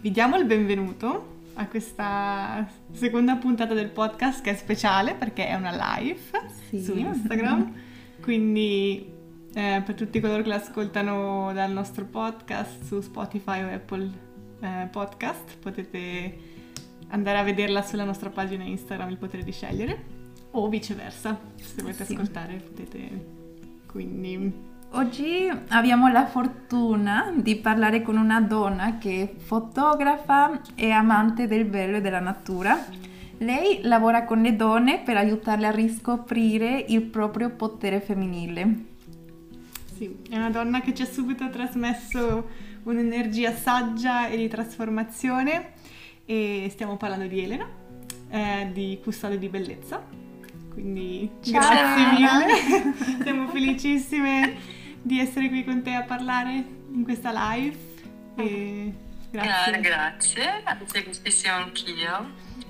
vi diamo il benvenuto a questa seconda puntata del podcast che è speciale perché è una live su Instagram, quindi per tutti coloro che l'ascoltano dal nostro podcast su Spotify o Apple Podcast potete andare a vederla sulla nostra pagina Instagram Il Potere di Scegliere o viceversa, se volete ascoltare potete. Quindi oggi abbiamo la fortuna di parlare con una donna che è fotografa e amante del bello e della natura. Lei lavora con le donne per aiutarle a riscoprire il proprio potere femminile. Sì, è una donna che ci ha subito trasmesso un'energia saggia e di trasformazione e stiamo parlando di Elena, di Custode di Bellezza. Quindi ciao, grazie mille, siamo felicissime di essere qui con te a parlare in questa live e grazie. Grazie, felicissimo anch'io.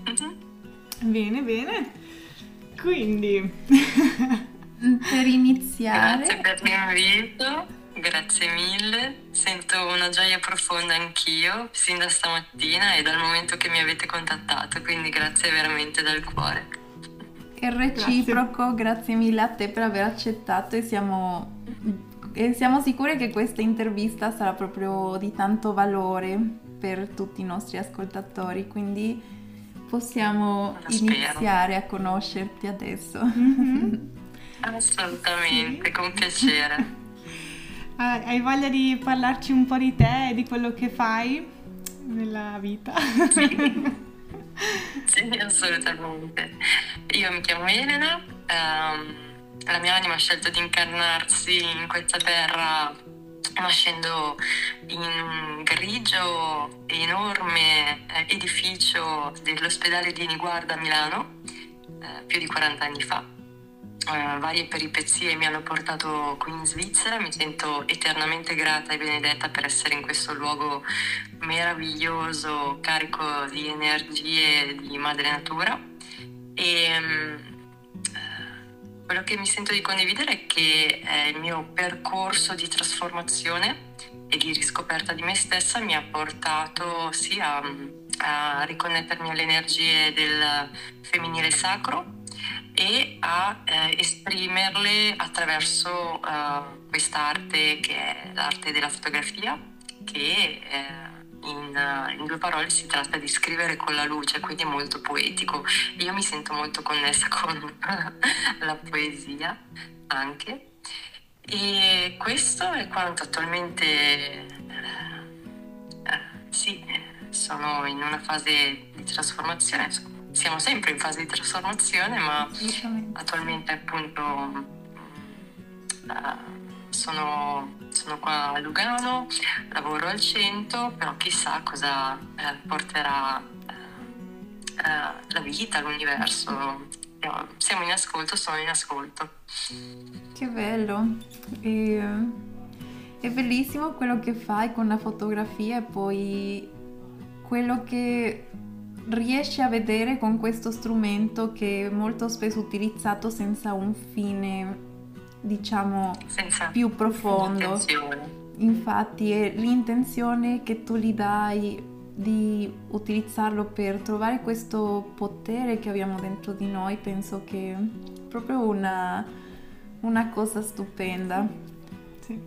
Bene, quindi per iniziare grazie per l'invito, grazie mille, sento una gioia profonda anch'io sin da stamattina e dal momento che mi avete contattato, quindi grazie veramente dal cuore. È reciproco, grazie mille a te per aver accettato e siamo sicure che questa intervista sarà proprio di tanto valore per tutti i nostri ascoltatori, quindi possiamo iniziare a conoscerti adesso. Assolutamente, sì. Con piacere. Hai voglia di parlarci un po' di te e di quello che fai nella vita? Sì, assolutamente. Io mi chiamo Elena, la mia anima ha scelto di incarnarsi in questa terra nascendo in un grigio e enorme edificio dell'ospedale di Niguarda a Milano più di 40 anni fa. Varie peripezie mi hanno portato qui in Svizzera, mi sento eternamente grata e benedetta per essere in questo luogo meraviglioso, carico di energie di madre natura e quello che mi sento di condividere è che il mio percorso di trasformazione e di riscoperta di me stessa mi ha portato sia a riconnettermi alle energie del femminile sacro e a esprimerle attraverso quest'arte che è l'arte della fotografia, che in due parole si tratta di scrivere con la luce, quindi è molto poetico. Io mi sento molto connessa con la poesia anche, e questo è quanto attualmente sì, sono in una fase di trasformazione. Siamo sempre in fase di trasformazione, ma attualmente appunto sono qua a Lugano, lavoro al 100, però chissà cosa porterà la vita, l'universo. Siamo in ascolto, sono in ascolto. Che bello! È bellissimo quello che fai con la fotografia e poi quello che riesci a vedere con questo strumento che è molto spesso utilizzato senza un fine, diciamo, senza più profondo. Intenzione. Infatti è l'intenzione che tu gli dai di utilizzarlo per trovare questo potere che abbiamo dentro di noi, penso che è proprio una cosa stupenda. Sì.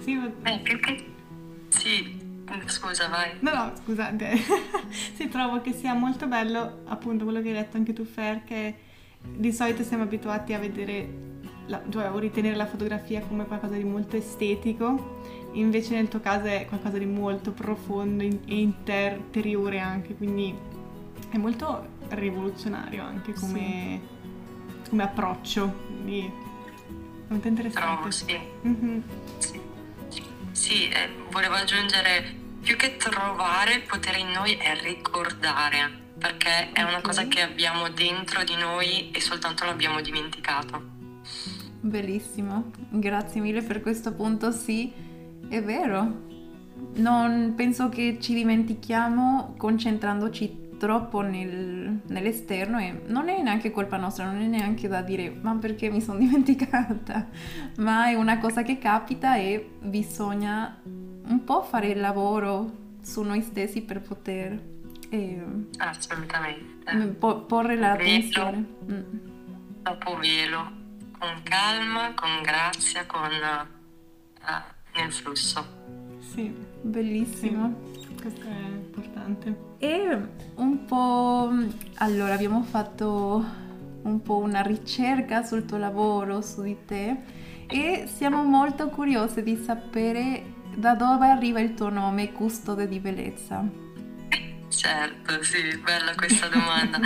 Sì. Scusa, vai. No, scusate. Sì, trovo che sia molto bello, appunto, quello che hai detto anche tu, Fer, che di solito siamo abituati a vedere, o ritenere la fotografia come qualcosa di molto estetico, invece nel tuo caso è qualcosa di molto profondo e interiore anche, quindi è molto rivoluzionario anche come approccio, quindi è molto interessante. Trovo, sì. Mm-hmm. Sì, volevo aggiungere, più che trovare, il potere in noi è ricordare, perché è una cosa che abbiamo dentro di noi e soltanto l'abbiamo dimenticato. Bellissimo, grazie mille per questo punto, sì, è vero. Non penso che ci dimentichiamo concentrandoci troppo nell'esterno e non è neanche colpa nostra, non è neanche da dire ma perché mi sono dimenticata, ma è una cosa che capita e bisogna un po' fare il lavoro su noi stessi per poter Assolutamente. porre l'attenzione. Dopo velo, con calma, con grazia, nel flusso. Sì, Bellissimo. sì, questo è importante. E un po', allora abbiamo fatto un po' una ricerca sul tuo lavoro, su di te, e siamo molto curiose di sapere da dove arriva il tuo nome, Custode di Bellezza. Certo, sì, bella questa domanda.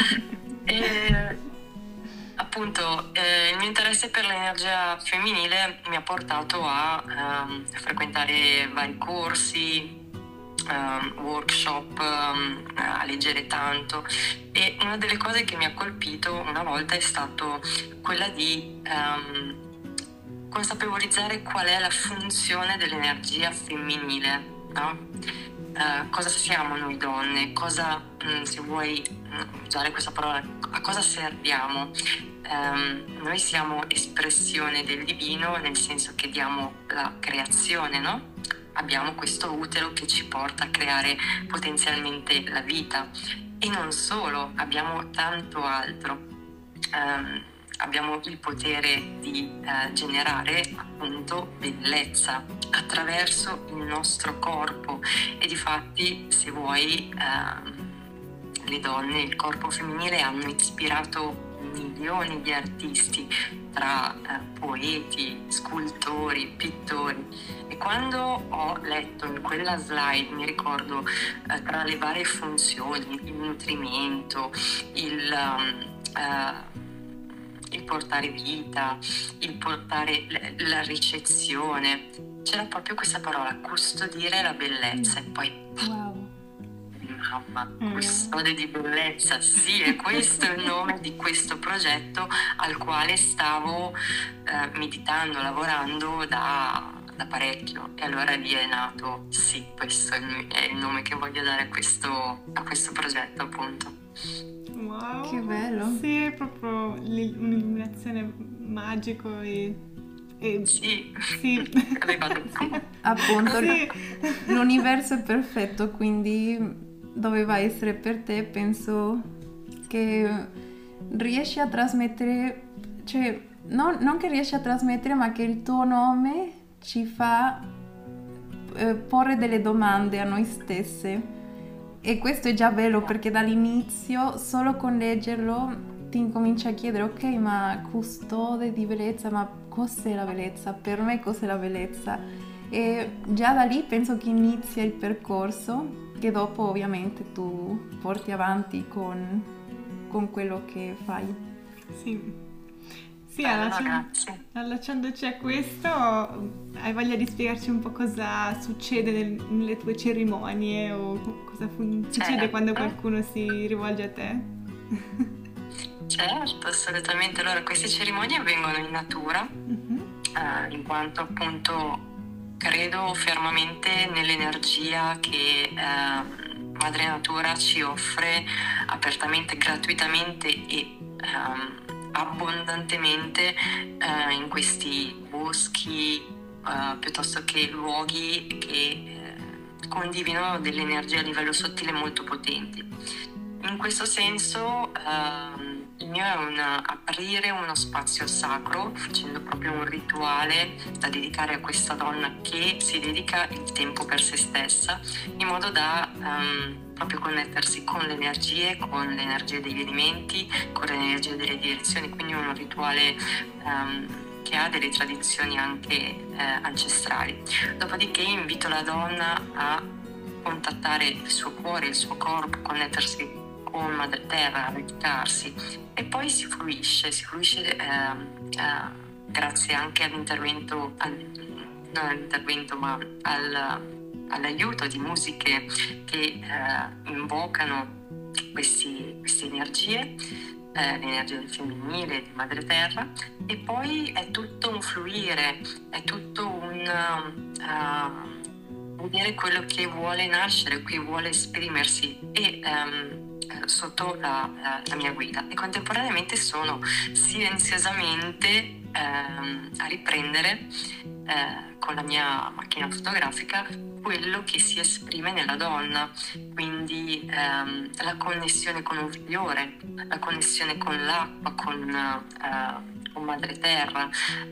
Appunto, il mio interesse per l'energia femminile mi ha portato a frequentare vari corsi, workshop, a leggere tanto, e una delle cose che mi ha colpito una volta è stato quella di consapevolizzare qual è la funzione dell'energia femminile, no? Cosa siamo noi donne, cosa, se vuoi usare questa parola, a cosa serviamo. Noi siamo espressione del divino, nel senso che diamo la creazione, no? Abbiamo questo utero che ci porta a creare potenzialmente la vita, e non solo, abbiamo tanto altro. Abbiamo il potere di generare appunto bellezza attraverso il nostro corpo, e difatti, se vuoi, le donne, il corpo femminile hanno ispirato milioni di artisti, tra poeti, scultori, pittori. E quando ho letto in quella slide, mi ricordo, tra le varie funzioni, il nutrimento, il portare vita, il portare la ricezione, c'era proprio questa parola, custodire la bellezza. E poi mamma, custode di bellezza, sì, e questo è il nome di questo progetto al quale stavo meditando, lavorando da parecchio, e allora lì è nato, sì, questo è il nome che voglio dare a questo progetto, appunto. Wow, che bello! Sì, è proprio un'illuminazione magico e sì. Appunto, sì. L'universo è perfetto, quindi doveva essere per te. Penso che riesci a trasmettere, cioè non che riesci a trasmettere, ma che il tuo nome ci fa porre delle domande a noi stesse. E questo è già bello, perché dall'inizio, solo con leggerlo, ti incominci a chiedere, ok, ma custode di bellezza, ma cos'è la bellezza? Per me cos'è la bellezza? E già da lì penso che inizia il percorso, che dopo ovviamente tu porti avanti con quello che fai. Sì. Sì, Grazie. allacciandoci a questo, hai voglia di spiegarci un po' cosa succede nelle tue cerimonie, o cosa succede quando qualcuno si rivolge a te? Certo, assolutamente. Allora, queste cerimonie avvengono in natura, in quanto appunto credo fermamente nell'energia che Madre Natura ci offre apertamente, gratuitamente e abbondantemente in questi boschi, piuttosto che luoghi che condividono delle energie a livello sottile molto potenti. In questo senso il mio è aprire uno spazio sacro, facendo proprio un rituale da dedicare a questa donna che si dedica il tempo per se stessa, in modo da proprio connettersi con le energie degli elementi, con le energie delle direzioni, quindi un rituale che ha delle tradizioni anche ancestrali. Dopodiché invito la donna a contattare il suo cuore, il suo corpo, connettersi con Madre Terra, dedicarsi, e poi si fluisce grazie anche all'intervento, all'aiuto di musiche che invocano queste energie, l'energia del femminile, di Madre Terra, e poi è tutto un fluire, è tutto un vedere quello che vuole nascere, che vuole esprimersi, e sotto la mia guida, e contemporaneamente sono silenziosamente a riprendere con la mia macchina fotografica quello che si esprime nella donna, quindi la connessione con un fiore, la connessione con l'acqua, con madre terra,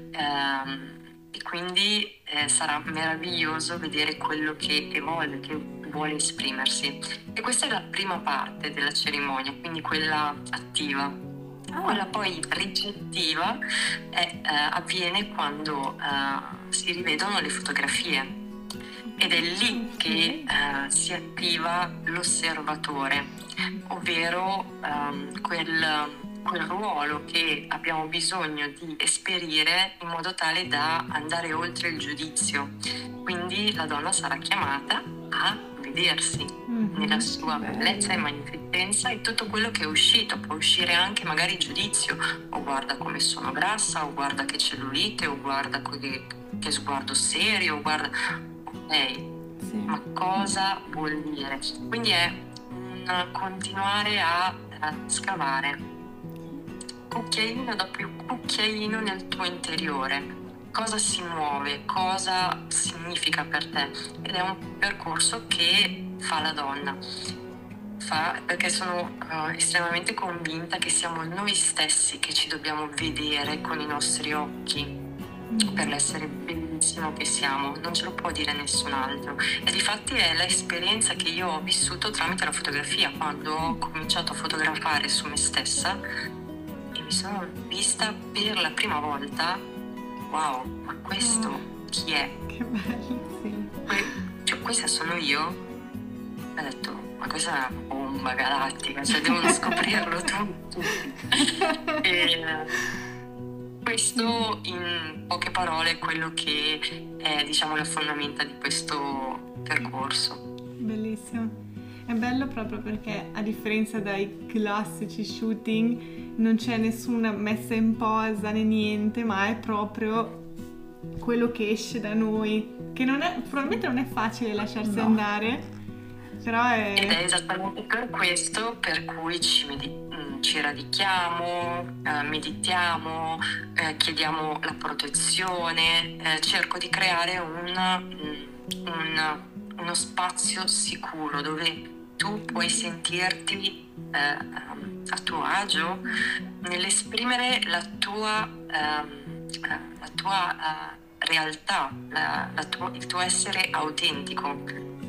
e quindi sarà meraviglioso vedere quello che evolve, che vuole esprimersi. E questa è la prima parte della cerimonia, quindi quella attiva. Quella poi ricettiva avviene quando si rivedono le fotografie, ed è lì che si attiva l'osservatore, ovvero quel ruolo che abbiamo bisogno di esperire in modo tale da andare oltre il giudizio. Quindi la donna sarà chiamata a vedersi nella sua bellezza e magnificenza, e tutto quello che è uscito. Può uscire anche magari il giudizio: o guarda come sono grassa, o guarda che cellulite, o guarda che sguardo serio, o guarda... Ma cosa vuol dire? Quindi è un continuare a scavare cucchiaino dopo cucchiaino nel tuo interiore. Cosa si muove, cosa significa per te, ed è un percorso che fa la donna. Perché sono estremamente convinta che siamo noi stessi che ci dobbiamo vedere con i nostri occhi per l'essere bellissimo che siamo, non ce lo può dire nessun altro. E difatti è l'esperienza che io ho vissuto tramite la fotografia, quando ho cominciato a fotografare su me stessa e mi sono vista per la prima volta: wow, ma questo chi è? Che bello, sì. Cioè, questa sono io? Ho detto: ma questa è una bomba galattica, cioè devono scoprirlo tutti. E questo, in poche parole, è quello che è, diciamo, la fondamenta di questo percorso. Bellissimo. È bello proprio perché, a differenza dai classici shooting, non c'è nessuna messa in posa né niente, ma è proprio quello che esce da noi, che probabilmente non è facile lasciarsi andare, però Ed è esattamente per questo per cui ci radichiamo, meditiamo, chiediamo la protezione, cerco di creare uno spazio sicuro dove tu puoi sentirti a tuo agio nell'esprimere la tua realtà, il tuo essere autentico,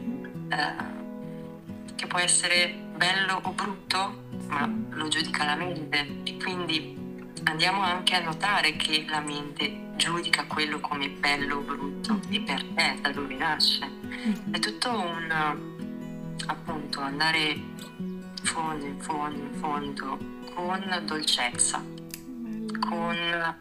che può essere bello o brutto, ma lo giudica la mente, e quindi andiamo anche a notare che la mente giudica quello come bello o brutto, e perché, da dove nasce. È tutto appunto andare in fondo, con dolcezza, con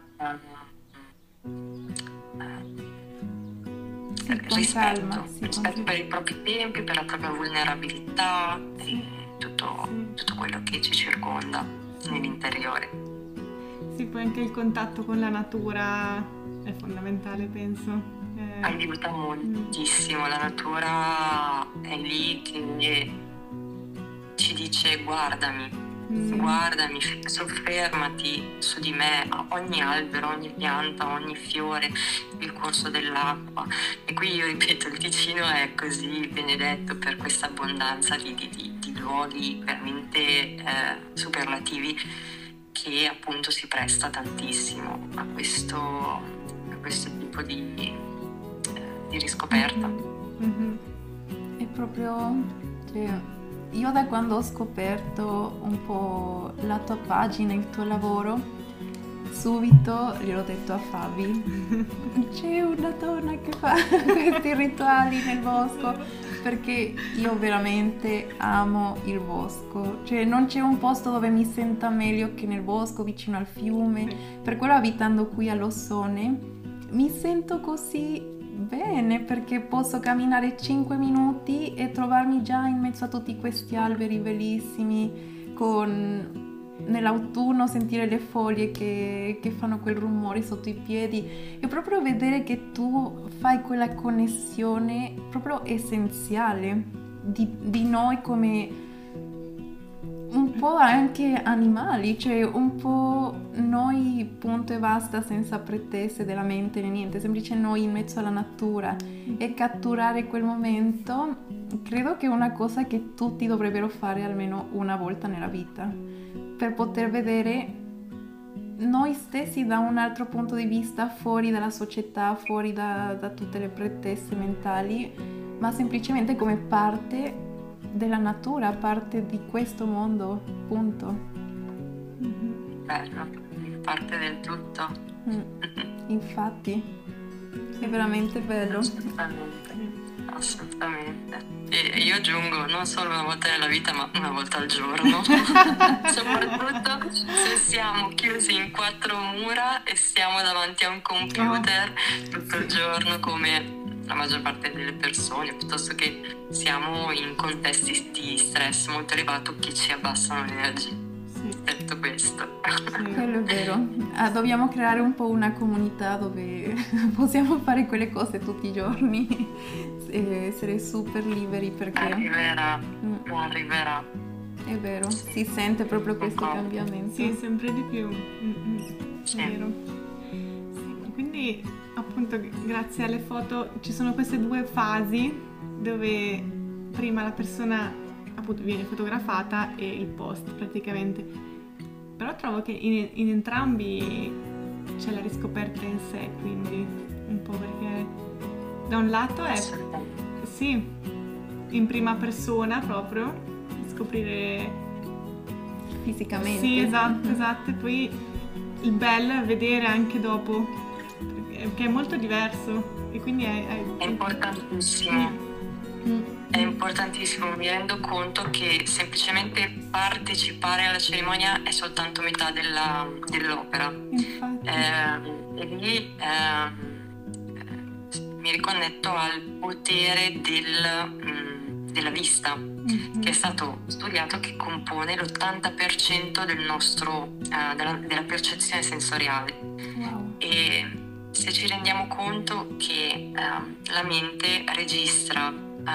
rispetto per i propri tempi, per la propria vulnerabilità, e tutto quello che ci circonda nell'interiore. Sì, poi anche il contatto con la natura è fondamentale, penso. Aiuta moltissimo, la natura è lì che ci dice: guardami, soffermati su di me, a ogni albero, ogni pianta, ogni fiore, il corso dell'acqua. E qui io ripeto, il Ticino è così benedetto per questa abbondanza di luoghi veramente superlativi, che appunto si presta tantissimo a questo tipo di riscoperta. È proprio, cioè, io da quando ho scoperto un po' la tua pagina, il tuo lavoro, subito gliel'ho detto a Fabi: c'è una donna che fa questi rituali nel bosco, perché io veramente amo il bosco, cioè non c'è un posto dove mi senta meglio che nel bosco, vicino al fiume. Per quello, abitando qui a Lossone, mi sento così bene, perché posso camminare 5 minuti e trovarmi già in mezzo a tutti questi alberi bellissimi, nell'autunno sentire le foglie che fanno quel rumore sotto i piedi, e proprio vedere che tu fai quella connessione proprio essenziale di noi come po' anche animali, cioè un po' noi punto e basta, senza pretese della mente né niente, semplice noi in mezzo alla natura, e catturare quel momento credo che è una cosa che tutti dovrebbero fare almeno una volta nella vita, per poter vedere noi stessi da un altro punto di vista, fuori dalla società, fuori da tutte le pretese mentali, ma semplicemente come parte della natura, parte di questo mondo, punto. Bello, parte del tutto. Infatti, è veramente bello. Assolutamente. E io aggiungo non solo una volta nella vita, ma una volta al giorno. Soprattutto se siamo chiusi in 4 mura e stiamo davanti a un computer tutto il giorno, come la maggior parte delle persone, piuttosto che siamo in contesti di stress molto elevato che ci abbassano l'energia. Detto questo. Quello è vero. Dobbiamo creare un po' una comunità dove possiamo fare quelle cose tutti i giorni e essere super liberi, perché arriverà. È vero, si sente proprio questo cambiamento. Sì, sempre di più. È vero. Sì, quindi appunto grazie alle foto ci sono queste 2 fasi dove prima la persona appunto viene fotografata e il post praticamente, però trovo che in entrambi c'è la riscoperta in sé, quindi un po' perché da un lato è sì, in prima persona proprio scoprire fisicamente. Sì, esatto, e poi il bello è vedere anche dopo, perché è molto diverso e quindi è importantissimo. È importantissimo, mi rendo conto che semplicemente partecipare alla cerimonia è soltanto metà dell'opera. E lì mi riconnetto al potere della vista, che è stato studiato che compone l'80% del nostro, della percezione sensoriale. Wow. E se ci rendiamo conto che la mente registra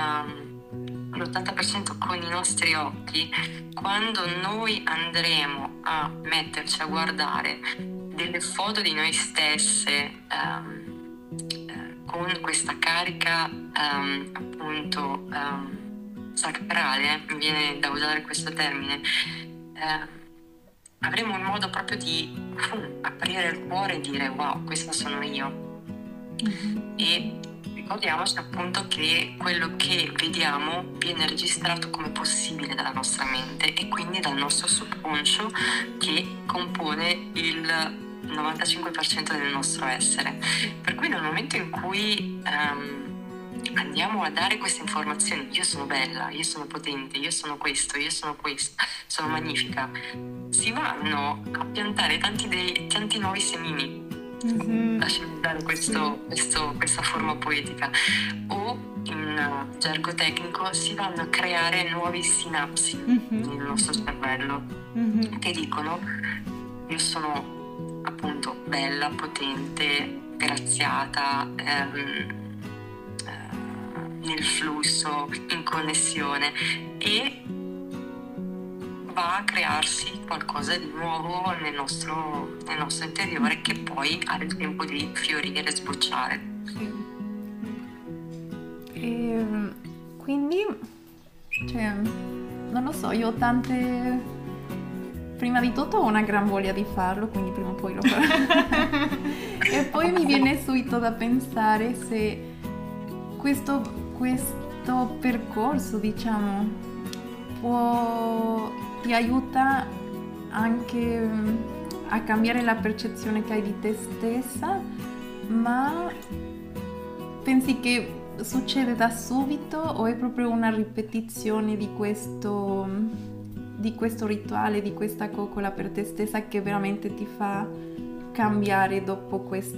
l'80% con i nostri occhi, quando noi andremo a metterci a guardare delle foto di noi stesse con questa carica appunto sacrale, mi viene da usare questo termine, avremo un modo proprio di aprire il cuore e dire wow, questa sono io. E ricordiamoci appunto che quello che vediamo viene registrato come possibile dalla nostra mente e quindi dal nostro subconscio, che compone il 95% del nostro essere. Per cui nel momento in cui andiamo a dare queste informazioni, io sono bella, io sono potente, io sono questo, sono magnifica, si vanno a piantare tanti nuovi semini. Lasciami dare questa forma poetica, o in gergo tecnico si vanno a creare nuovi sinapsi nel nostro cervello che dicono io sono appunto bella, potente, graziata, nel flusso, in connessione, e va a crearsi qualcosa di nuovo nel nostro interiore, che poi ha il tempo di fiorire e sbocciare. E quindi, cioè, non lo so, io ho tante... Prima di tutto ho una gran voglia di farlo, quindi prima o poi lo farò. E poi mi viene subito da pensare se questo percorso, diciamo, ti aiuta anche a cambiare la percezione che hai di te stessa, ma pensi che succede da subito o è proprio una ripetizione di questo rituale, di questa coccola per te stessa, che veramente ti fa cambiare dopo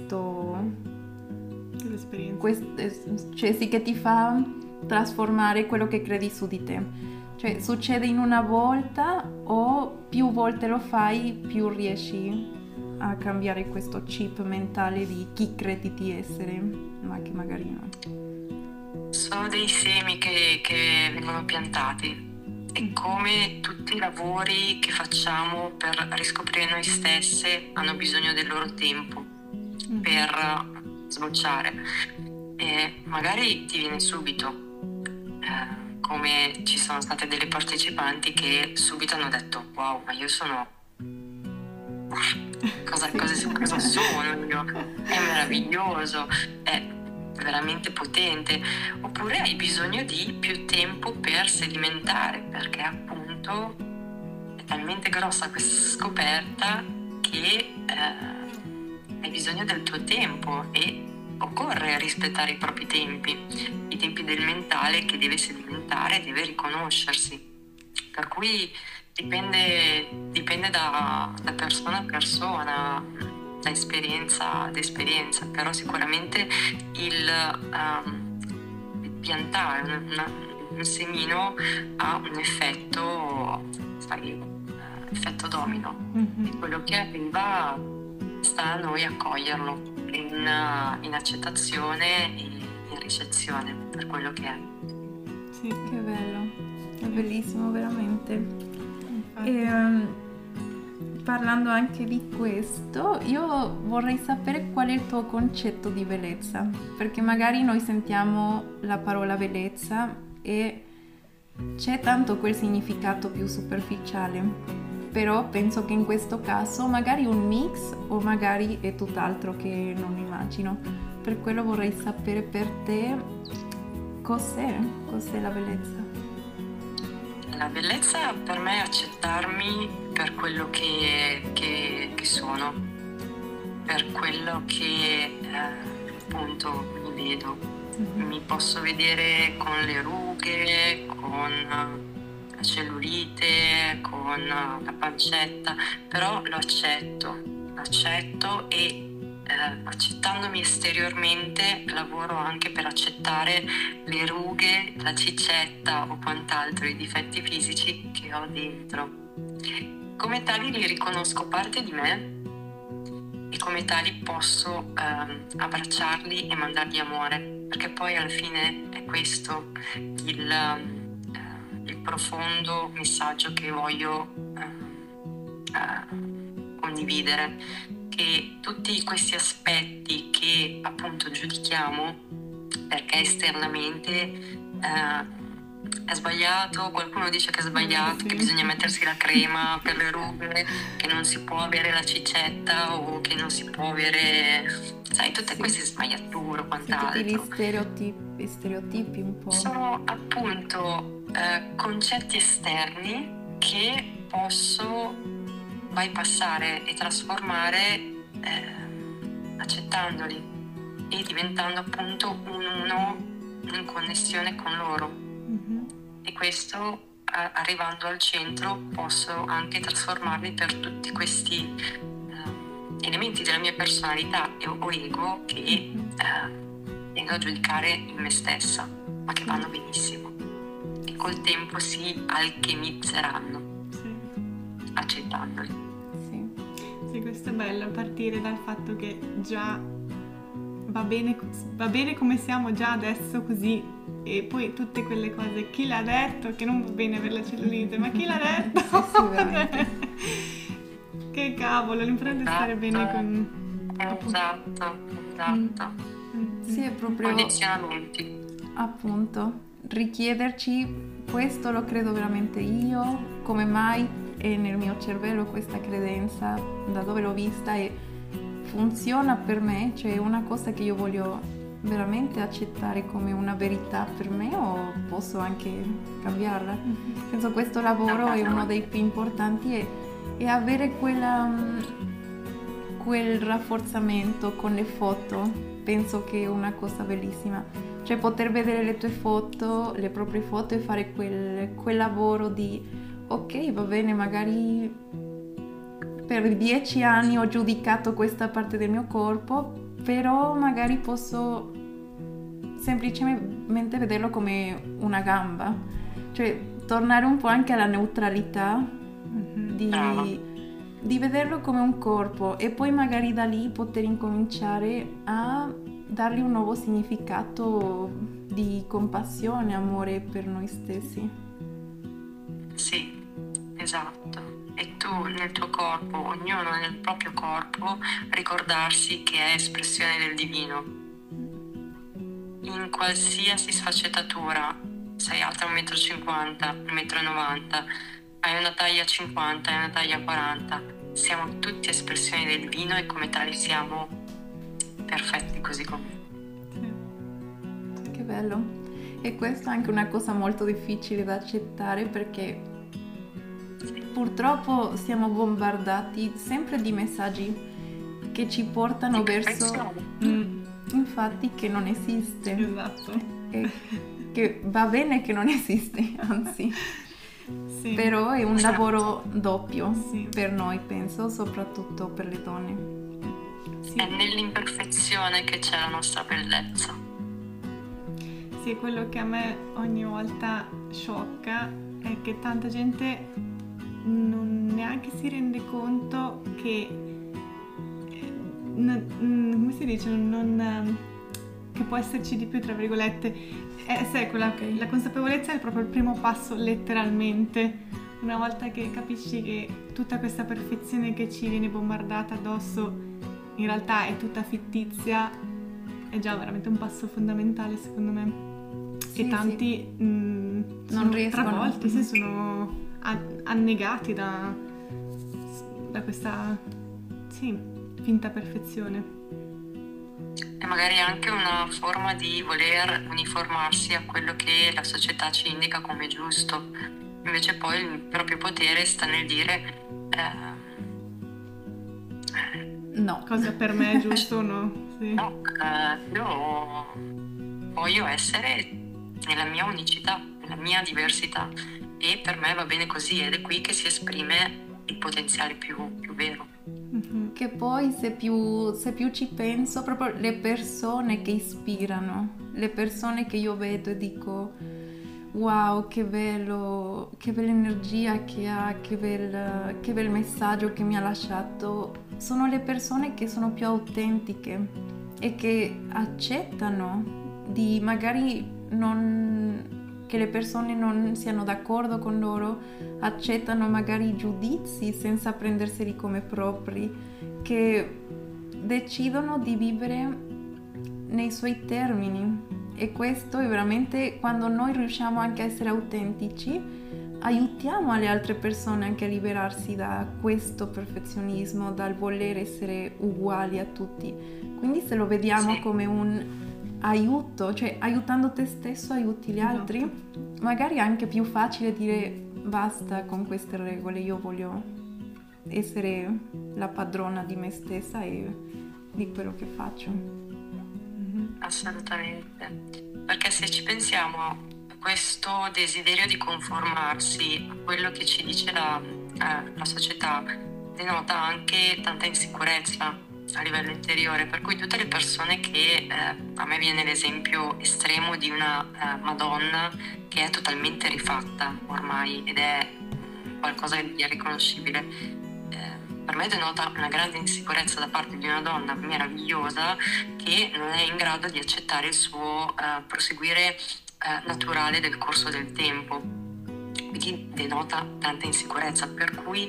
cioè sì, che ti fa trasformare quello che credi su di te? Cioè succede in una volta o più volte lo fai, più riesci a cambiare questo chip mentale di chi credi di essere, ma che magari no? Sono dei semi che vengono piantati e come tutti i lavori che facciamo per riscoprire noi stesse hanno bisogno del loro tempo per sbocciare. E magari ti viene subito, come ci sono state delle partecipanti che subito hanno detto wow, ma io sono cosa sono io? È meraviglioso, è veramente potente. Oppure hai bisogno di più tempo per sedimentare, perché appunto è talmente grossa questa scoperta che hai bisogno del tuo tempo e occorre rispettare i propri tempi, i tempi del mentale che deve sedimentare, deve riconoscersi. Per cui dipende da persona a persona, da esperienza ad esperienza, però sicuramente il piantare un semino ha un effetto, effetto domino, e quello che arriva sta a noi accoglierlo in accettazione e in ricezione per quello che è. Sì, che bello, è bellissimo veramente. Parlando anche di questo, io vorrei sapere qual è il tuo concetto di bellezza, perché magari noi sentiamo la parola bellezza e c'è tanto quel significato più superficiale, però penso che in questo caso magari un mix o magari è tutt'altro che non immagino. Per quello vorrei sapere per te cos'è la bellezza. La bellezza per me è accettarmi per quello che sono, per quello che appunto mi vedo. Mi posso vedere con le rughe, con la cellulite, con la pancetta, però lo accetto e accettandomi esteriormente lavoro anche per accettare le rughe, la cicetta o quant'altro, i difetti fisici che ho dentro. Come tali li riconosco parte di me e come tali posso abbracciarli e mandargli amore, perché poi alla fine è questo il profondo messaggio che voglio condividere, che tutti questi aspetti che appunto giudichiamo perché esternamente è sbagliato, qualcuno dice che è sbagliato, che bisogna mettersi la crema per le rughe, che non si può avere la cicetta o che non si può avere, sai, tutte queste sbagliature o quant'altro. Tutti gli stereotipi un po'. Sono appunto concetti esterni che posso bypassare e trasformare accettandoli e diventando appunto un uno in connessione con loro. E questo arrivando al centro posso anche trasformarli per tutti questi elementi della mia personalità o ego che vengo a giudicare in me stessa, ma che vanno benissimo e col tempo si alchemizzeranno accettandoli. Sì, questo è bello, partire dal fatto che già va bene come siamo già adesso così, e poi tutte quelle cose, chi l'ha detto che non va bene per la cellulite, ma chi l'ha detto? Che cavolo, l'importante è stare bene con... Esatto. Sì, è proprio... Condizionamenti. Appunto, richiederci questo lo credo veramente io, come mai è nel mio cervello questa credenza, da dove l'ho vista e funziona per me, cioè è una cosa che io voglio veramente accettare come una verità per me o posso anche cambiarla. Penso questo lavoro è uno dei più importanti e avere quel rafforzamento con le foto penso che è una cosa bellissima, cioè poter vedere le tue foto, le proprie foto e fare quel lavoro di ok, va bene, magari per 10 anni ho giudicato questa parte del mio corpo, però magari posso semplicemente vederlo come una gamba, cioè tornare un po' anche alla neutralità di vederlo come un corpo e poi magari da lì poter incominciare a dargli un nuovo significato di compassione, amore per noi stessi. Sì, esatto. E tu nel tuo corpo, ognuno nel proprio corpo, ricordarsi che è espressione del divino. In qualsiasi sfaccettatura, sei alta 1,50 m, 1,90 m, hai una taglia 50, hai una taglia 40, siamo tutti espressioni del divino e come tali siamo perfetti così com'è. Che bello. E questa è anche una cosa molto difficile da accettare perché purtroppo siamo bombardati sempre di messaggi che ci portano verso infatti che non esiste. Esatto. E che va bene che non esiste, anzi. Sì. Però è un lavoro doppio Sì. per noi, penso, soprattutto per le donne. Sì. È nell'imperfezione che c'è la nostra bellezza. Sì, quello che a me ogni volta sciocca è che tanta gente non neanche si rende conto che come si dice, che può esserci di più, tra virgolette. Sai, la consapevolezza è proprio il primo passo, letteralmente. Una volta che capisci che tutta questa perfezione che ci viene bombardata addosso in realtà è tutta fittizia, è già veramente un passo fondamentale, secondo me. Sì, e tanti sono riescono. travolti, sono annegati da questa finta perfezione. E magari anche una forma di voler uniformarsi a quello che la società ci indica come giusto. Invece poi il proprio potere sta nel dire no. Cosa per me è giusto o no? Sì. No, io voglio essere nella mia unicità, nella mia diversità e per me va bene così ed è qui che si esprime il potenziale più vero. Mm-hmm. Che poi se più ci penso, proprio le persone che ispirano, le persone che io vedo e dico wow, che bello, che bella energia che ha, che bel messaggio che mi ha lasciato, sono le persone che sono più autentiche e che accettano di magari che le persone non siano d'accordo con loro, accettano magari i giudizi senza prenderseli come propri, che decidono di vivere nei suoi termini. E questo è veramente, quando noi riusciamo anche a essere autentici, aiutiamo le altre persone anche a liberarsi da questo perfezionismo, dal voler essere uguali a tutti. Quindi se lo vediamo come un aiuto, cioè aiutando te stesso aiuti gli altri, magari è anche più facile dire basta con queste regole, io voglio essere la padrona di me stessa e di quello che faccio. Assolutamente, perché se ci pensiamo, questo desiderio di conformarsi a quello che ci dice la società denota anche tanta insicurezza a livello interiore, per cui tutte le persone che a me viene l'esempio estremo di una Madonna che è totalmente rifatta ormai ed è qualcosa di irriconoscibile, per me denota una grande insicurezza da parte di una donna meravigliosa che non è in grado di accettare il suo proseguire naturale del corso del tempo, quindi denota tanta insicurezza, per cui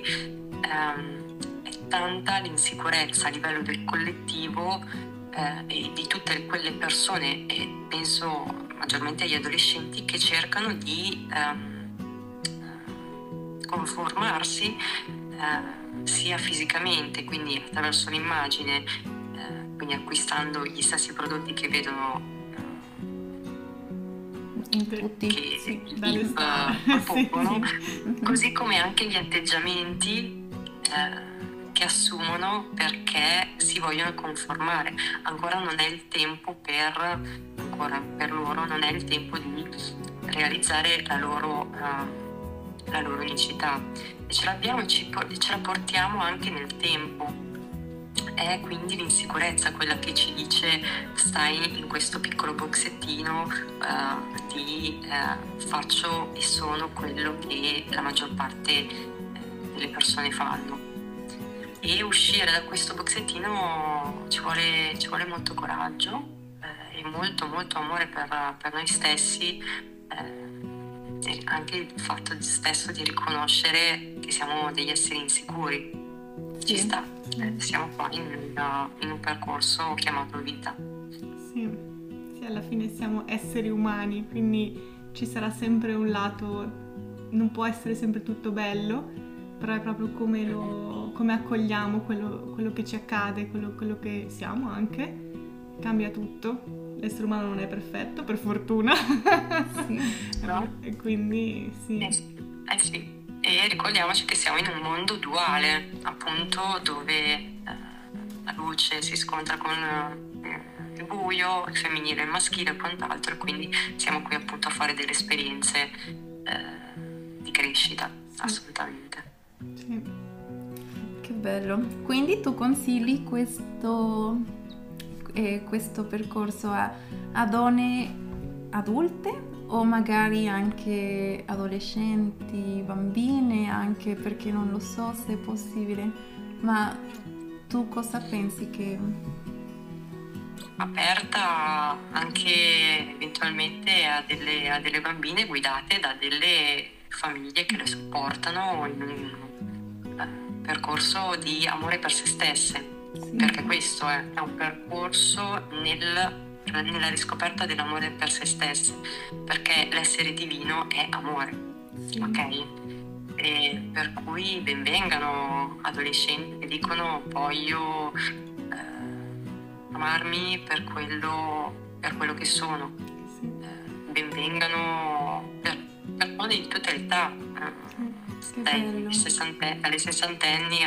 tanta l'insicurezza a livello del collettivo e di tutte quelle persone, e penso maggiormente agli adolescenti che cercano di conformarsi sia fisicamente, quindi attraverso l'immagine, quindi acquistando gli stessi prodotti che vedono in tutti, che sì, così come anche gli atteggiamenti che assumono perché si vogliono conformare. Ancora non è il tempo per loro non è il tempo di realizzare la loro unicità, e ce l'abbiamo e ce la portiamo anche nel tempo. È quindi l'insicurezza quella che ci dice stai in questo piccolo boxettino faccio e sono quello che la maggior parte delle persone fanno, e uscire da questo boxettino ci vuole molto coraggio e molto molto amore per noi stessi, anche il fatto stesso di riconoscere che siamo degli esseri insicuri. Ci sta, siamo qua in un percorso chiamato vita. Sì, alla fine siamo esseri umani, quindi ci sarà sempre un lato, non può essere sempre tutto bello, però è proprio come accogliamo quello che ci accade, quello che siamo anche, cambia tutto. L'essere umano non è perfetto, per fortuna. Sì. No? E quindi sì. Sì. E ricordiamoci che siamo in un mondo duale, appunto, dove la luce si scontra con il buio, il femminile e il maschile e quant'altro, e quindi siamo qui appunto a fare delle esperienze di crescita, assolutamente. Sì. Che bello. Quindi tu consigli questo percorso a donne adulte o magari anche adolescenti, bambine, anche perché non lo so se è possibile, ma tu cosa pensi che... Aperta anche eventualmente a delle bambine guidate da delle famiglie che le supportano in un percorso di amore per se stesse. Sì. Perché questo è un percorso nella riscoperta dell'amore per se stesse, perché l'essere divino è amore, sì. Ok? E per cui benvengano adolescenti che dicono voglio amarmi per quello che sono, sì. Benvengano per donne di tutte le età, dalle sessantenni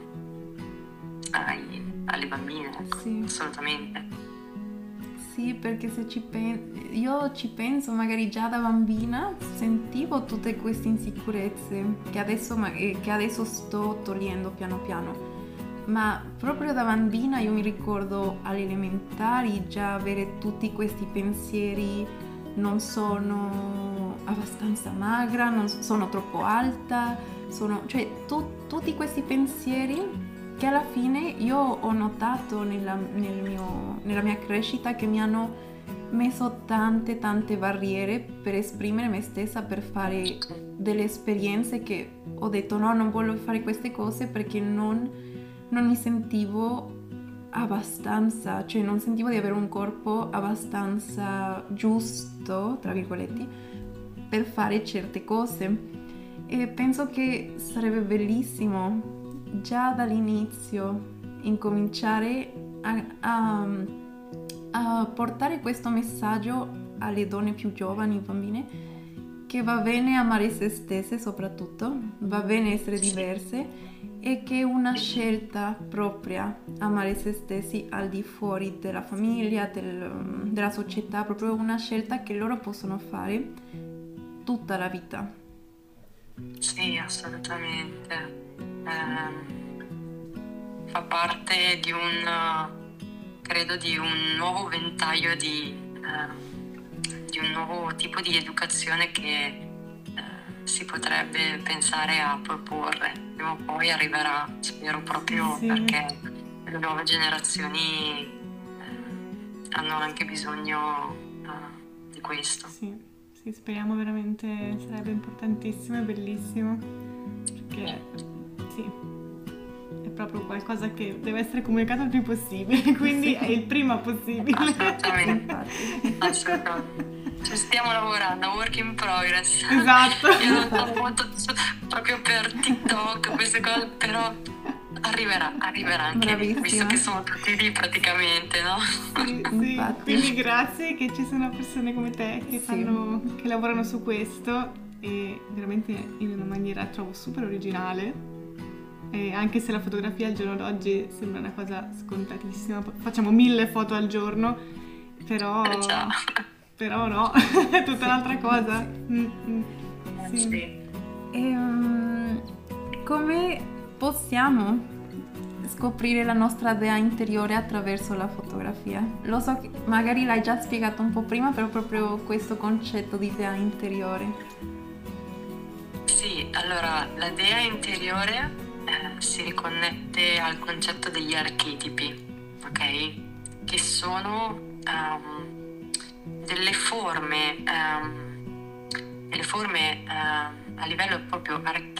alle bambine, ecco, sì. Assolutamente. Sì, perché se io ci penso, magari già da bambina sentivo tutte queste insicurezze che adesso sto togliendo piano piano, ma proprio da bambina io mi ricordo alle elementari già avere tutti questi pensieri: non sono abbastanza magra, non sono troppo alta, tutti questi pensieri che alla fine io ho notato nella mia crescita, che mi hanno messo tante barriere per esprimere me stessa, per fare delle esperienze che ho detto no, non voglio fare queste cose perché non mi sentivo abbastanza, cioè non sentivo di avere un corpo abbastanza giusto, tra virgolette, per fare certe cose. E penso che sarebbe bellissimo già dall'inizio incominciare a portare questo messaggio alle donne più giovani, bambine, che va bene amare se stesse, soprattutto va bene essere diverse, e che è una scelta propria amare se stessi al di fuori della famiglia, della società, proprio una scelta che loro possono fare tutta la vita. Sì, assolutamente. Fa parte di un nuovo ventaglio di un nuovo tipo di educazione che si potrebbe pensare a proporre. Prima o poi arriverà, spero proprio, sì. Perché le nuove generazioni hanno anche bisogno di questo. Sì, speriamo veramente, sarebbe importantissimo e bellissimo, perché sì, è proprio qualcosa che deve essere comunicato il più possibile, quindi è il prima possibile. Assolutamente. Ci stiamo lavorando, work in progress. Esatto. Io non so molto proprio per TikTok, queste cose, però arriverà anche. Bravissima. Visto che sono tutti lì praticamente, no? Sì, quindi grazie che ci sono persone come te che che lavorano su questo, e veramente in una maniera trovo super originale, e anche se la fotografia al giorno d'oggi sembra una cosa scontatissima, facciamo 1000 foto al giorno, però no, è tutta un'altra cosa. Sì. Come possiamo scoprire la nostra dea interiore attraverso la fotografia? Lo so che magari l'hai già spiegato un po' prima, però proprio questo concetto di dea interiore. Sì, allora la dea interiore si riconnette al concetto degli archetipi, ok? Che sono delle forme delle forme a livello proprio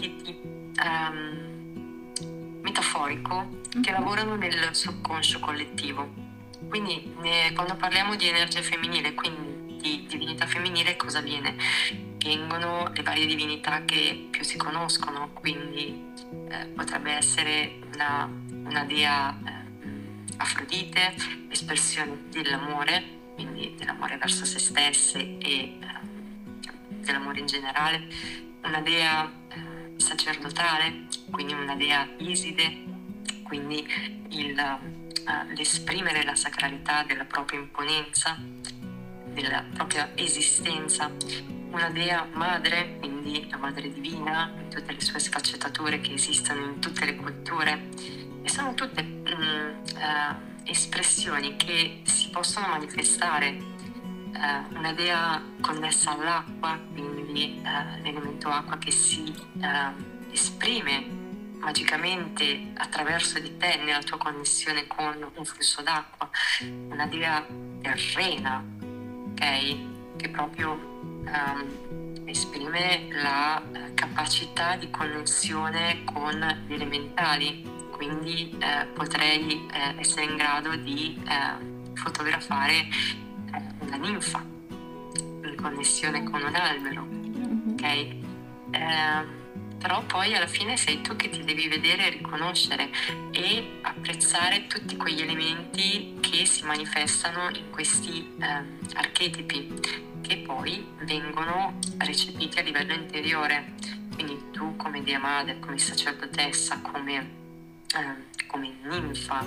metaforico che lavorano nel subconscio collettivo. Quindi quando parliamo di energia femminile, quindi di divinità femminile, cosa avviene? Vengono le varie divinità che più si conoscono, quindi potrebbe essere una dea Afrodite, espressione dell'amore, quindi dell'amore verso se stesse e dell'amore in generale, una dea sacerdotale, quindi una dea Iside, quindi l'esprimere la sacralità della propria imponenza, della propria esistenza, una dea madre, quindi la madre divina in tutte le sue sfaccettature che esistono in tutte le culture, e sono tutte espressioni che si possono manifestare. Una dea connessa all'acqua, quindi l'elemento acqua che si esprime magicamente attraverso di te nella tua connessione con un flusso d'acqua, una dea terrena, ok? Che proprio esprime la capacità di connessione con gli elementali, quindi potrei essere in grado di fotografare una ninfa in connessione con un albero, ok? Però poi alla fine sei tu che ti devi vedere, riconoscere e apprezzare tutti quegli elementi che si manifestano in questi archetipi, che poi vengono recepiti a livello interiore. Quindi tu come dea madre, come sacerdotessa, come ninfa,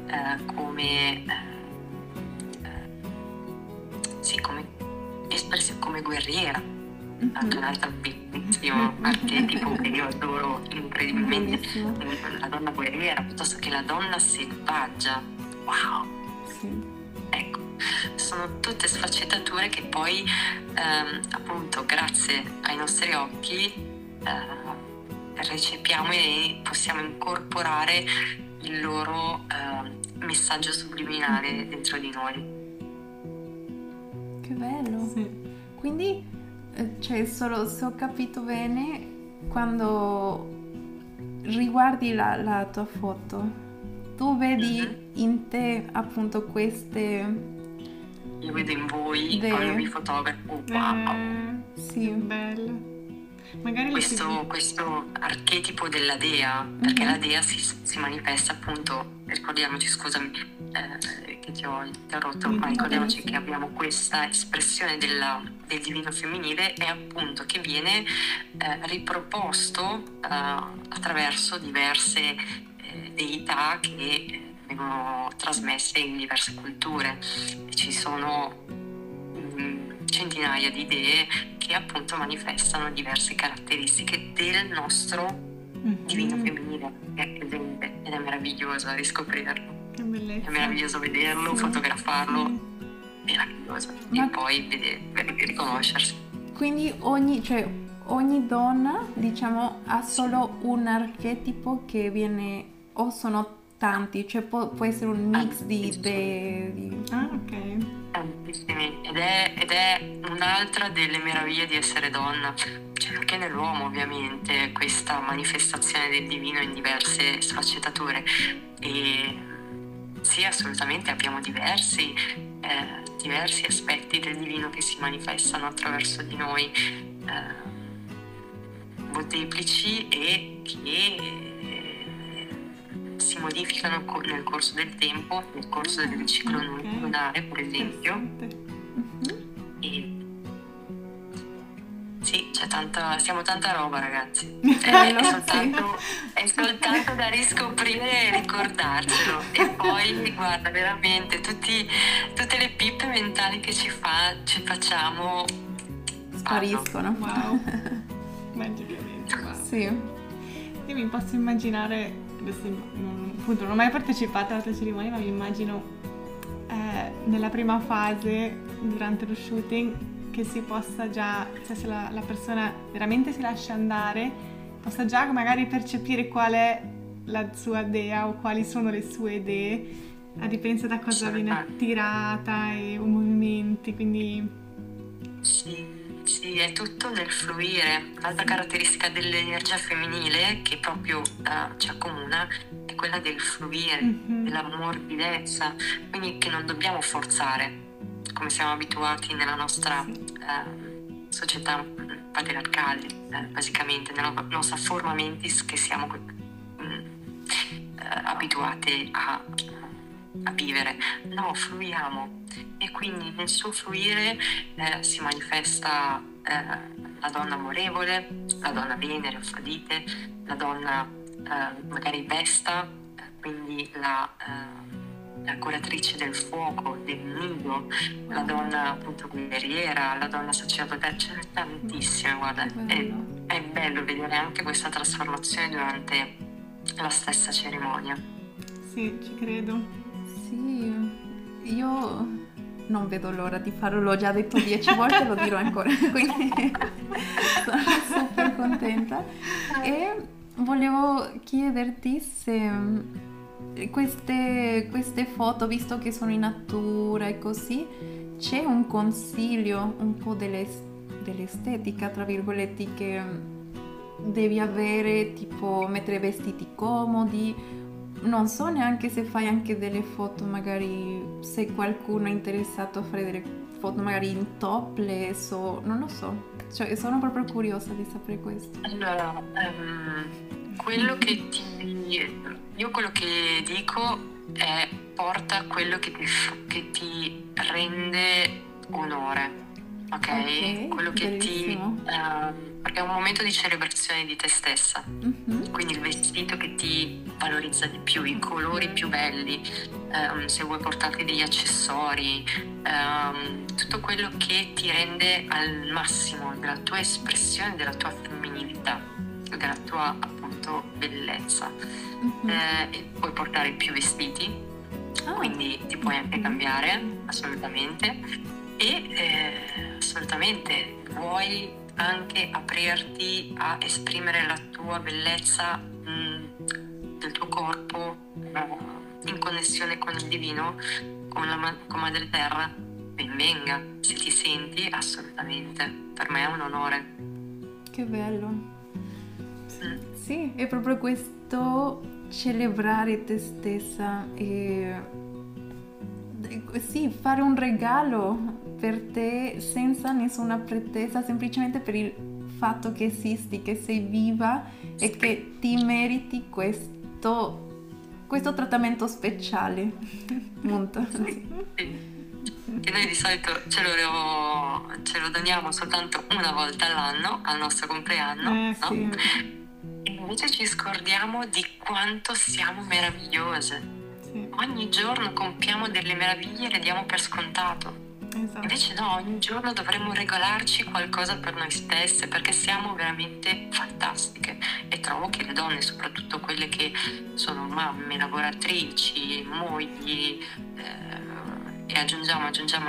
come guerriera, anche un altro bellissimo archetipo che io adoro incredibilmente, quindi la donna guerriera piuttosto che la donna selvaggia. Wow! Sì. Ecco, sono tutte sfaccettature che poi appunto grazie ai nostri occhi recepiamo e possiamo incorporare il loro messaggio subliminale dentro di noi. Che bello! Sì. Quindi, cioè, solo se ho capito bene, quando riguardi la tua foto, tu vedi in te appunto queste... Io vedo in voi quando mi fotografo, wow! Sì. Bello. Magari questo archetipo della dea, perché la dea si manifesta appunto, ricordiamoci, scusami che ti ho interrotto, ma ricordiamoci che abbiamo questa espressione del divino femminile e appunto che viene riproposto attraverso diverse deità che vengono trasmesse in diverse culture. E ci sono centinaia di dee che appunto manifestano diverse caratteristiche del nostro divino femminile che è presente, ed è meraviglioso riscoprirlo. Che bellezza. È meraviglioso vederlo, fotografarlo, meraviglioso. E poi riconoscersi. Quindi ogni donna, diciamo, ha solo un archetipo che viene, o sono tanti, cioè può essere un mix di... Ah, ok. Tantissimi. Ed è un'altra delle meraviglie di essere donna. C'è anche nell'uomo ovviamente questa manifestazione del divino in diverse sfaccettature, e sì, assolutamente abbiamo diversi aspetti del divino che si manifestano attraverso di noi, molteplici, e che si modificano nel corso del tempo, nel corso del ciclo lunare, per esempio. E sì, siamo tanta roba, ragazzi. È soltanto da riscoprire e ricordarcelo. E poi, guarda, veramente tutte le pippe mentali che ci facciamo spariscono. Wow. Magicamente, wow. Sì. Io mi posso immaginare, adesso appunto non ho mai partecipato alla tua cerimonia, ma mi immagino nella prima fase, durante lo shooting, che si possa già, cioè se la persona veramente si lascia andare, possa già magari percepire qual è la sua dea o quali sono le sue idee, a dipendenza da cosa viene attirata e movimenti, quindi... Sì. Sì, è tutto nel fluire. L'altra caratteristica dell'energia femminile che proprio ci accomuna è quella del fluire, della morbidezza, quindi che non dobbiamo forzare, come siamo abituati nella nostra società patriarcale, basicamente, nella nostra forma mentis che siamo abituate a vivere. No, fluiamo, e quindi nel suo fluire si manifesta la donna amorevole, la donna Venere, Afrodite, la donna magari Vesta, quindi la curatrice del fuoco, del nido, la donna appunto guerriera, la donna sacerdotessa, ce n'è tantissime, guarda, è bello vedere anche questa trasformazione durante la stessa cerimonia. Sì, ci credo. Sì, io non vedo l'ora di farlo, l'ho già detto 10 volte, lo dirò ancora, quindi sono super contenta. E volevo chiederti se queste foto, visto che sono in natura e così, c'è un consiglio un po' dell'estetica, tra virgolette, che devi avere, tipo mettere vestiti comodi? Non so neanche se fai anche delle foto, magari se qualcuno è interessato a fare delle foto magari in topless o non lo so, cioè sono proprio curiosa di sapere questo. Allora, quello che dico è: porta quello che ti rende onore, ok? Quello che bellissimo. perché è un momento di celebrazione di te stessa, quindi il vestito che ti valorizza di più, i colori più belli, se vuoi portarti degli accessori, tutto quello che ti rende al massimo della tua espressione, della tua femminilità, della tua appunto bellezza. E puoi portare più vestiti, quindi ti puoi anche cambiare, assolutamente, e assolutamente vuoi anche aprirti a esprimere la tua bellezza del tuo corpo in connessione con il divino, con Madre Terra, ben venga, se ti senti, assolutamente, per me è un onore. Che bello. Sì, è proprio questo celebrare te stessa e sì, fare un regalo per te senza nessuna pretesa, semplicemente per il fatto che esisti, che sei viva e che ti meriti questo trattamento speciale. Molto. Che noi di solito ce lo doniamo soltanto una volta all'anno, al nostro compleanno, no? Sì. E invece ci scordiamo di quanto siamo meravigliose. Sì. Ogni giorno compiamo delle meraviglie e le diamo per scontato. Esatto. Invece no, ogni giorno dovremmo regalarci qualcosa per noi stesse, perché siamo veramente fantastiche, e trovo che le donne, soprattutto quelle che sono mamme, lavoratrici, mogli, e aggiungiamo,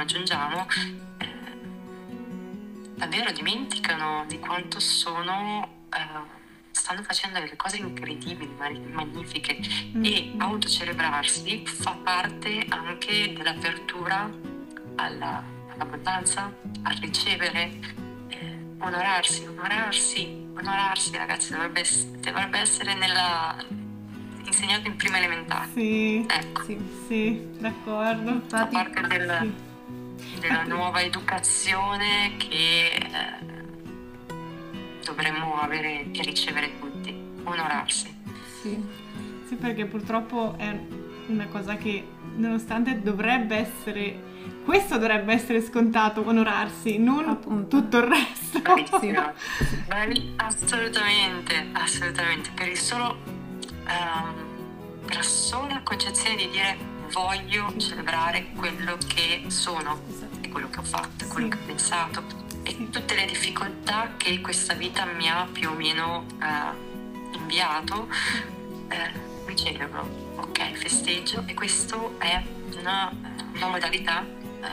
davvero dimenticano di quanto stanno facendo delle cose incredibili, magnifiche, e autocelebrarsi fa parte anche dell'apertura all'abbondanza, a ricevere, onorarsi, ragazzi, dovrebbe essere insegnato in prima elementare. Sì, ecco. Sì, d'accordo. Fa parte della nuova educazione che dovremmo avere e ricevere tutti, onorarsi. Sì, perché purtroppo è una cosa che, nonostante questo dovrebbe essere scontato, onorarsi, non appunto tutto il resto. Bravissima. Assolutamente, per la sola concezione di dire: voglio celebrare quello che sono, e quello che ho fatto, quello che ho pensato, e tutte le difficoltà che questa vita mi ha più o meno inviato, mi celebro, ok, festeggio, e questo è una modalità,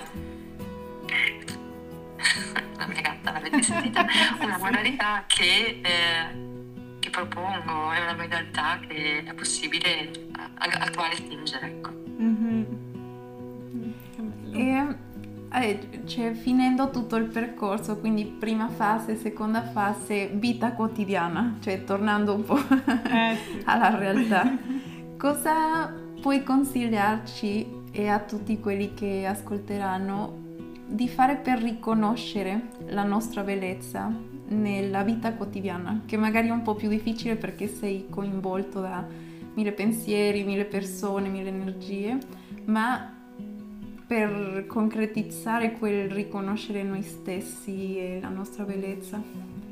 la mia gatta l'avete sentita, una modalità che propongo, è una modalità che è possibile a quale attingere, ecco. E cioè, finendo tutto il percorso, quindi prima fase, seconda fase, vita quotidiana, cioè tornando un po' Sì. alla realtà, cosa puoi consigliarci e a tutti quelli che ascolteranno di fare per riconoscere la nostra bellezza nella vita quotidiana, che magari è un po' più difficile perché sei coinvolto da mille pensieri, mille persone, mille energie, ma per concretizzare quel riconoscere noi stessi e la nostra bellezza?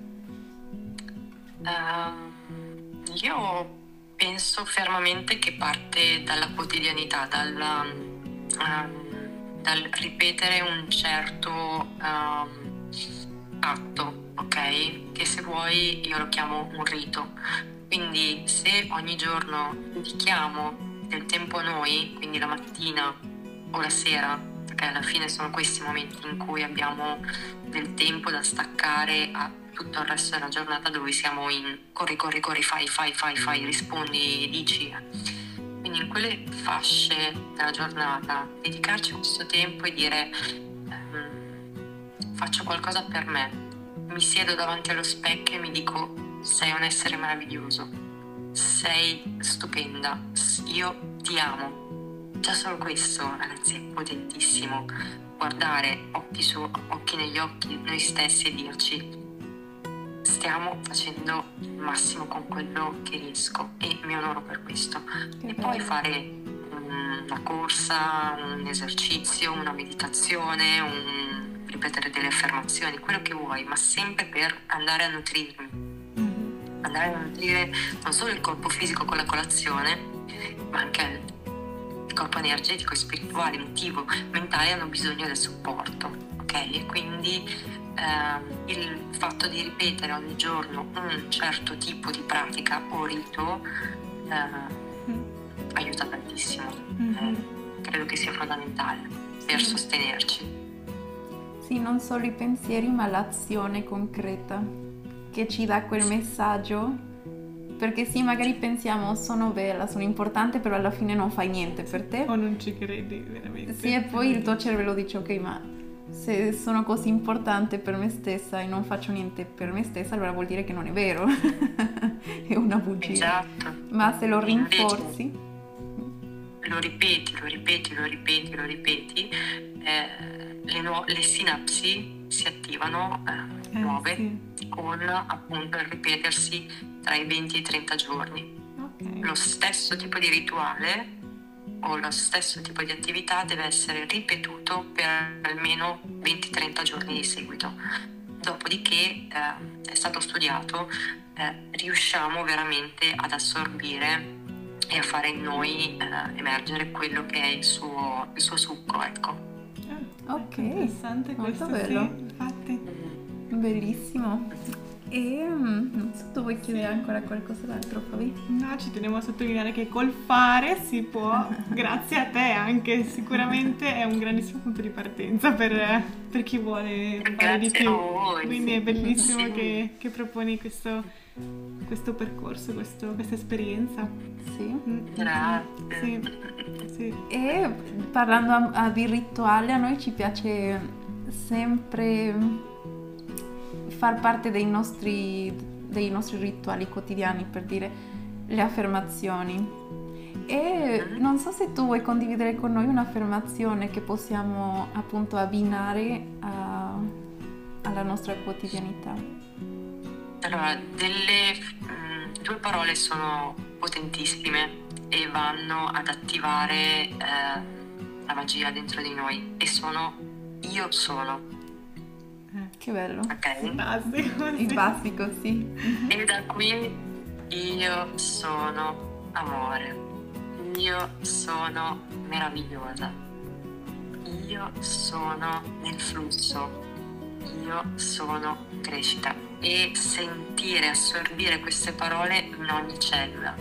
Io penso fermamente che parte dalla quotidianità, dal ripetere un certo atto, ok? Che se vuoi io lo chiamo un rito. Quindi se ogni giorno dedichiamo del tempo a noi, quindi la mattina o la sera, perché alla fine sono questi momenti in cui abbiamo del tempo da staccare a tutto il resto della giornata dove siamo in corri, fai, rispondi, dici. Quindi in quelle fasce della giornata dedicarci questo tempo e dire faccio qualcosa per me, mi siedo davanti allo specchio e mi dico sei un essere meraviglioso, sei stupenda, io ti amo. Già solo questo, ragazzi, è potentissimo. Guardare occhi negli occhi noi stessi e dirci stiamo facendo il massimo con quello che riesco e mi onoro per questo. E poi fare una corsa, un esercizio, una meditazione, ripetere delle affermazioni, quello che vuoi, ma sempre per andare a nutrirmi. Andare a nutrire non solo il corpo fisico con la colazione, ma anche il corpo energetico, spirituale, emotivo, mentale hanno bisogno del supporto, ok? E quindi il fatto di ripetere ogni giorno un certo tipo di pratica o rito aiuta tantissimo. Credo che sia fondamentale per sostenerci. Sì, non solo i pensieri, ma l'azione concreta che ci dà quel messaggio, perché sì, magari pensiamo sono bella, sono importante, però alla fine non fai niente per te. O non ci credi veramente. Sì, e poi il tuo cervello dice ok, ma se sono così importante per me stessa e non faccio niente per me stessa, allora vuol dire che non è vero. È una bugia. Esatto. Ma se lo rinforzi, invece, lo ripeti, le sinapsi si attivano nuove sì. con appunto il ripetersi tra i 20 e i 30 giorni. Okay. Lo stesso tipo di rituale o lo stesso tipo di attività deve essere ripetuto per almeno 20-30 giorni di seguito. Dopodiché è stato studiato, riusciamo veramente ad assorbire e a fare in noi emergere quello che è il suo succo, ecco. Ok, interessante molto questo, bello. sì, infatti. Bellissimo. E non so, tu vuoi chiedere ancora qualcos'altro, Fabi? No, ci tenevo a sottolineare che col fare si può, grazie a te anche, sicuramente è un grandissimo punto di partenza per chi vuole fare di più. Voi, Quindi sì. è bellissimo Sì. che proponi questo percorso, questa esperienza. Sì. Grazie. Sì. E parlando di rituale, a noi ci piace sempre far parte dei nostri rituali quotidiani, per dire le affermazioni. E non so se tu vuoi condividere con noi un'affermazione che possiamo appunto abbinare alla nostra quodianità. Allora, due parole sono potentissime e vanno ad attivare la magia dentro di noi e sono io sono. Che bello. Ok? Fantastico. Il basico, sì. E da qui io sono amore, io sono meravigliosa, io sono nel flusso, io sono crescita. E sentire, assorbire queste parole in ogni cellula,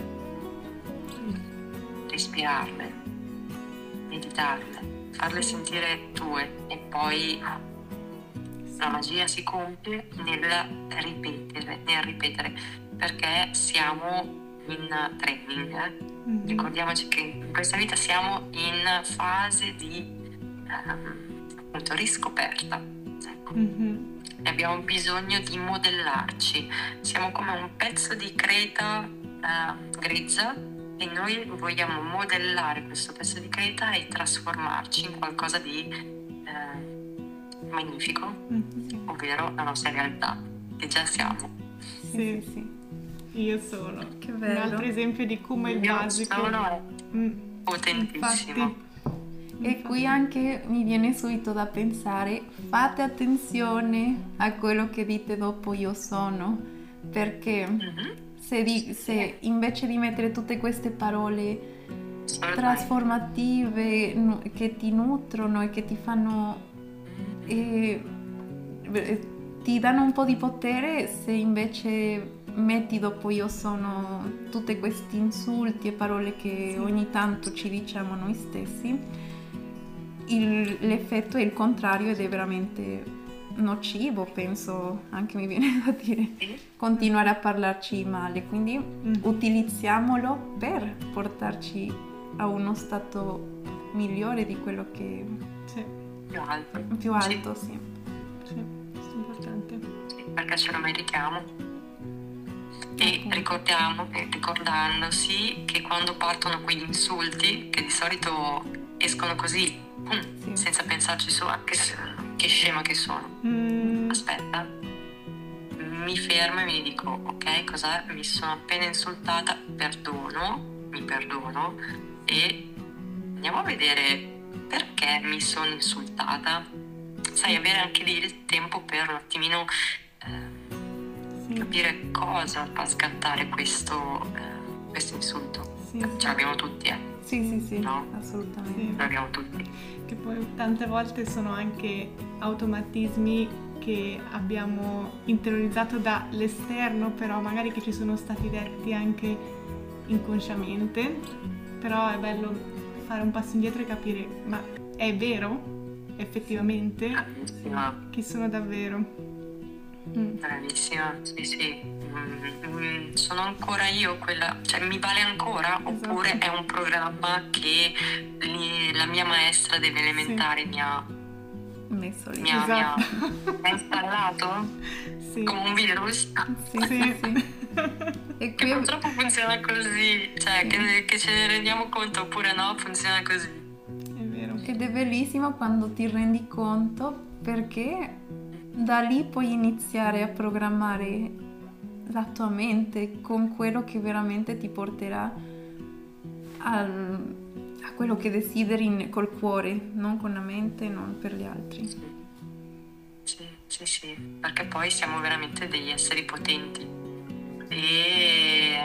respirarle, meditarle, farle sentire tue e poi la magia si compie nel ripetere, perché siamo in training. Ricordiamoci che in questa vita siamo in fase di appunto riscoperta. Ecco. Mhm. E abbiamo bisogno di modellarci. Siamo come un pezzo di creta grezza e noi vogliamo modellare questo pezzo di creta e trasformarci in qualcosa di magnifico, Sì. ovvero la nostra realtà, che già siamo. Sì. Sì. Io sono. Che Un bello. altro esempio di come il Io basico. sono Mm, potentissimo. infatti. E qui anche mi viene subito da pensare, fate attenzione a quello che dite dopo io sono, perché Mhm. se invece di mettere tutte queste parole Assolutamente. trasformative che ti nutrono e che ti fanno ti danno un po' di potere, se invece metti dopo io sono tutti questi insulti e parole che Sì. ogni tanto ci diciamo noi stessi, l'effetto è il contrario ed è veramente nocivo, penso, anche mi viene da dire, Sì. continuare a parlarci male, quindi Mm. utilizziamolo per portarci a uno stato migliore di quello che Sì, Più alto. più alto, sì. sì, questo è importante. Sì, perché ce lo meritiamo. E Appunto. ricordandosi che quando partono quegli insulti, che di solito escono così, Sì. senza pensarci su, che scema che sono. Mm, Aspetta, mi fermo e mi dico, ok, cos'è? Mi sono appena insultata, mi perdono e andiamo a vedere perché mi sono insultata. Sai, avere anche lì il tempo per un attimino sì, capire cosa fa scattare questo insulto. sì, Ce l'abbiamo tutti, Sì, No. assolutamente. sì. Ce l'abbiamo tutti. Che poi tante volte sono anche automatismi che abbiamo interiorizzato dall'esterno, però magari che ci sono stati detti anche inconsciamente. Però è bello fare un passo indietro e capire, ma è vero? Effettivamente? Bravissima, Chi sono davvero? Mm. bravissima, sì. Sono ancora io quella, cioè mi vale ancora oppure è un programma che la mia maestra delle elementari mi ha Messo lì. Esatto. ha installato Sì. come un virus. Sì. E Che qui purtroppo funziona così, cioè che ce ne rendiamo conto oppure no, funziona così. È vero. ed è bellissimo quando ti rendi conto, perché da lì puoi iniziare a programmare la tua mente con quello che veramente ti porterà a quello che desideri col cuore, non con la mente, non per gli altri. Sì, perché poi siamo veramente degli esseri potenti e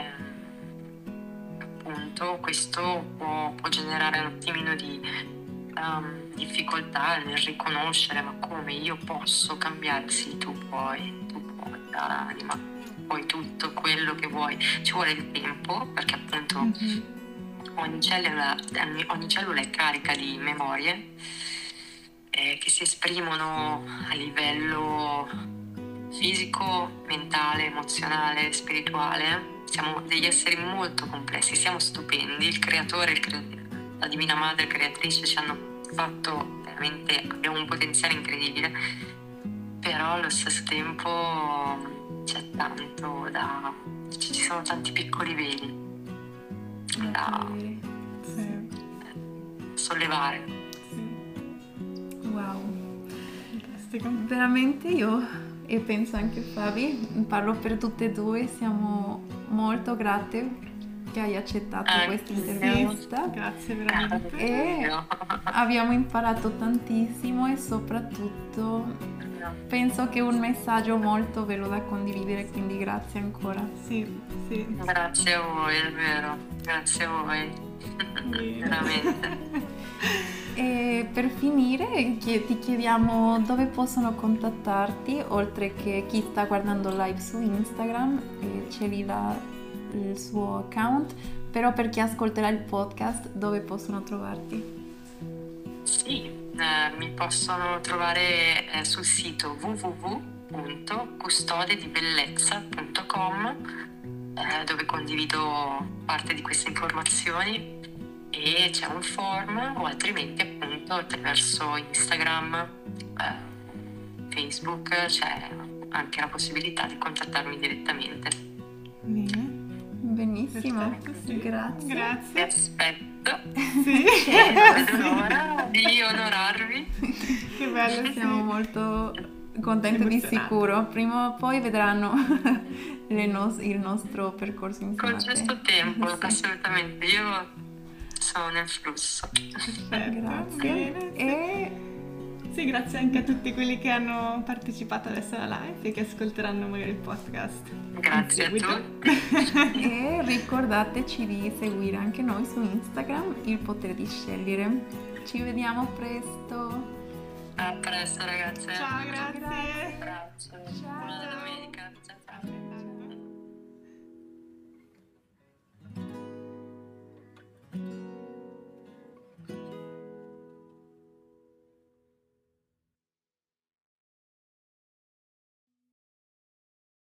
appunto questo può generare un attimino di difficoltà nel riconoscere, ma come io posso cambiare? Sì, tu puoi, l'anima, puoi tutto quello che vuoi, ci vuole il tempo perché appunto ogni cellula è carica di memorie che si esprimono a livello fisico, mentale, emozionale, spirituale. Siamo degli esseri molto complessi, siamo stupendi, il creatore, la Divina Madre creatrice ci hanno fatto veramente, abbiamo un potenziale incredibile, però allo stesso tempo c'è tanto ci sono tanti piccoli veli da sollevare. Wow, Fantastico. veramente io e penso anche Fabi, parlo per tutte e due, siamo molto grate che hai accettato questa intervista. Grazie veramente. E abbiamo imparato tantissimo e soprattutto penso che è un messaggio molto bello da condividere, quindi grazie ancora. Sì. Grazie a voi, è vero, grazie a voi, veramente. E per finire ti chiediamo dove possono contattarti, oltre che chi sta guardando live su Instagram, e c'è lì il suo account, però per chi ascolterà il podcast dove possono trovarti? Sì, mi possono trovare sul sito www.custodedibellezza.com dove condivido parte di queste informazioni e c'è un form o altrimenti appunto mondo attraverso Instagram, Facebook, c'è anche la possibilità di contattarmi direttamente. Bene. Benissimo, Perfetto, sì. grazie. Ti Grazie. aspetto Sì. non vedo l'ora di onorarvi. Che bello, Siamo sì. molto contenti di Emozionante. sicuro. Prima o poi vedranno il nostro percorso insieme Con a te. giusto tempo, Sì. assolutamente. Io sono nel flusso. Perfetto. Grazie. Bene, sì. E Sì, grazie anche a tutti quelli che hanno partecipato adesso alla live e che ascolteranno magari il podcast. Grazie a in seguito. tutti. E ricordateci di seguire anche noi su Instagram, Il Potere di Scegliere. Ci vediamo presto. A presto ragazze. Ciao, grazie. Grazie. Ciao.